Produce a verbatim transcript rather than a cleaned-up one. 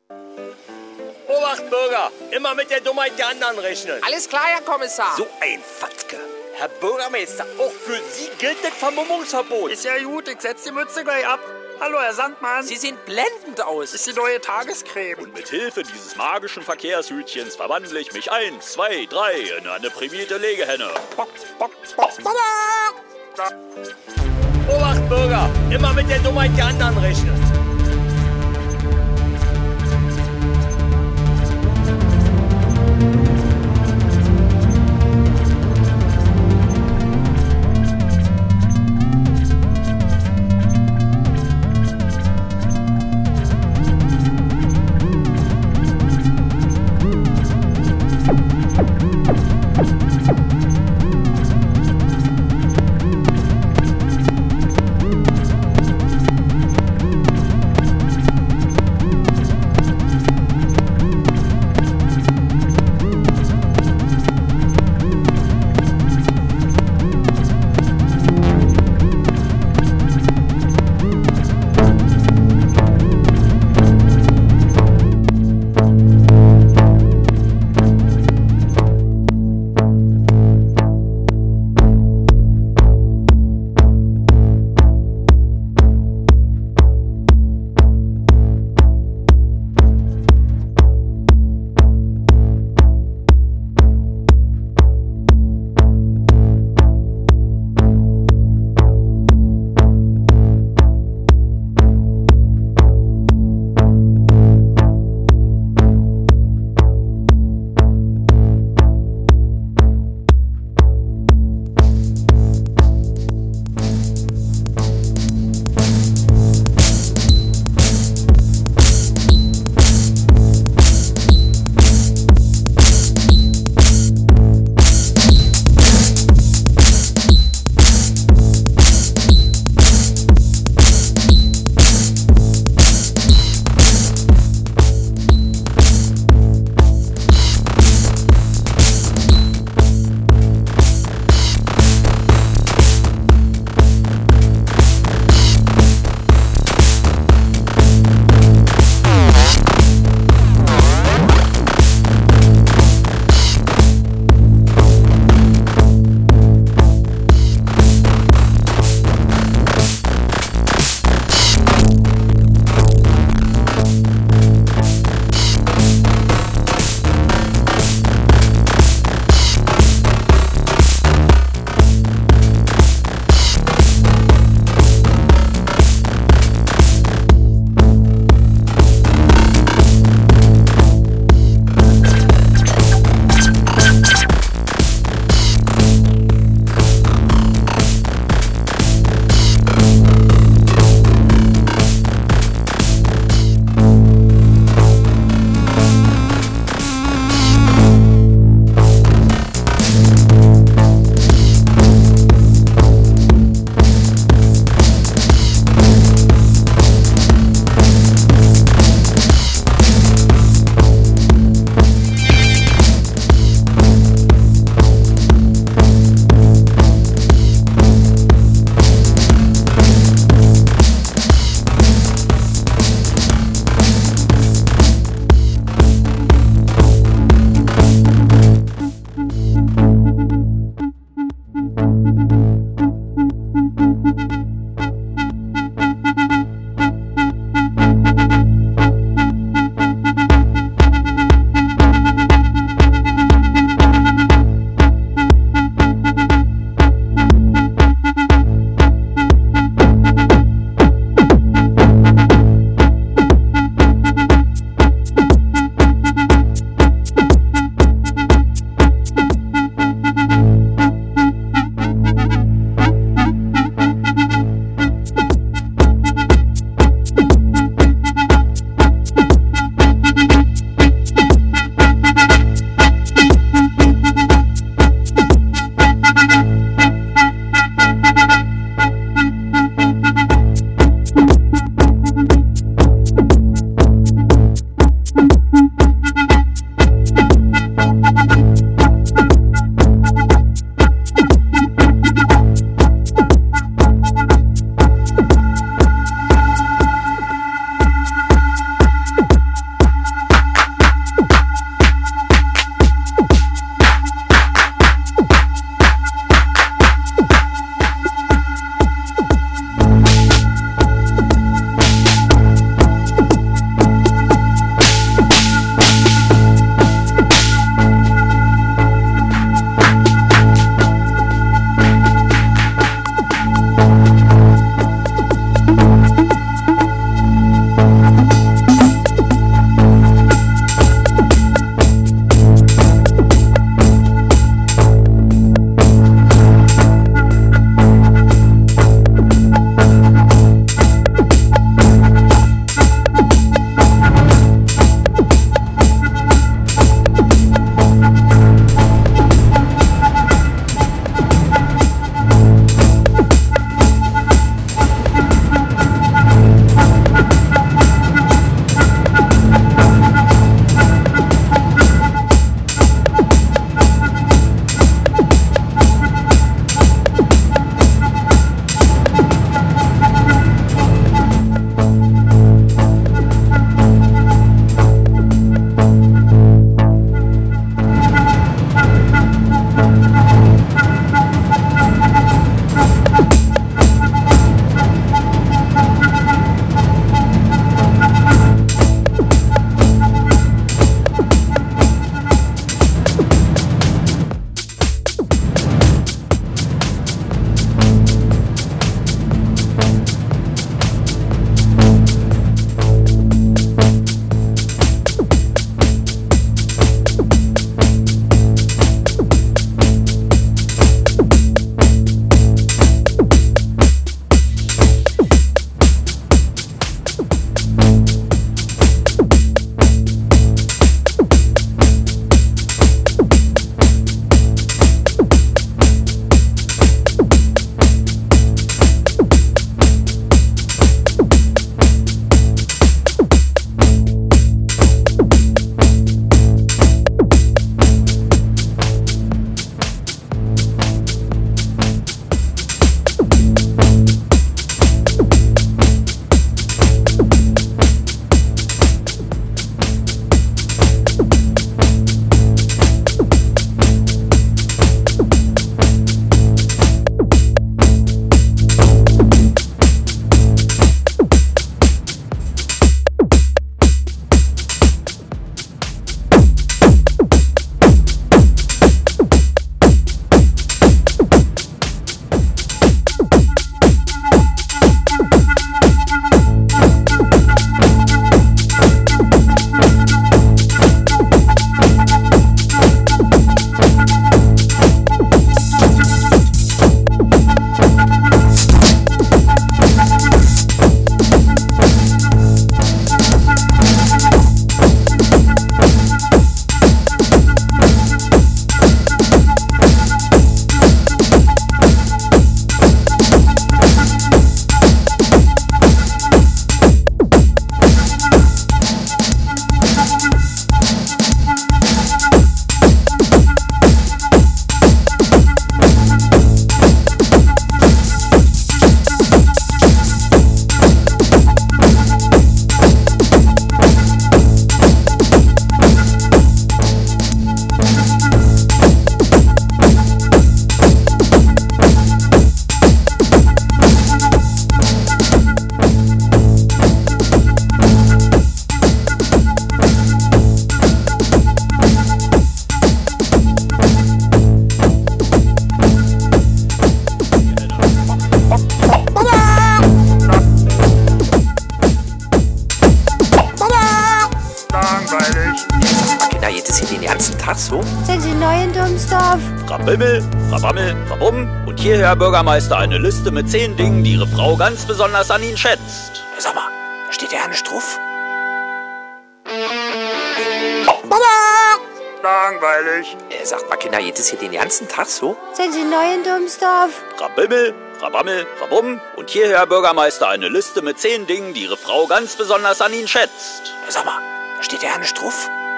Obacht, Bürger! Immer mit der Dummheit der anderen rechnen. Alles klar, Herr Kommissar. So ein Fatzke. Herr Bürgermeister, auch für Sie gilt das Vermummungsverbot. Ist ja gut, ich setz die Mütze gleich ab. Hallo, Herr Sandmann. Sie sehen blendend aus. Ist die neue Tagescreme. Und mit Hilfe dieses magischen Verkehrshütchens verwandle ich mich eins, zwei, drei in eine prämierte Legehenne. Bock, bock, bock. Obacht, Bürger! Immer mit der Dummheit der anderen rechnen. Tag so? Sind Sie neu in Domsdorf? Rabimmel, rabammel, rabum. Und hier, Herr Bürgermeister, eine Liste mit zehn Dingen, die Ihre Frau ganz besonders an ihn schätzt. Sag mal, da steht der Herr nicht drauf? Langweilig. Äh, sagt mal, Kinder, geht es hier den ganzen Tag so? Sind Sie neu in Domsdorf? Rabimmel, rabammel, rabum. Und hier, Herr Bürgermeister, eine Liste mit zehn Dingen, die Ihre Frau ganz besonders an ihn schätzt. Sag mal, da steht der Herr nicht drauf?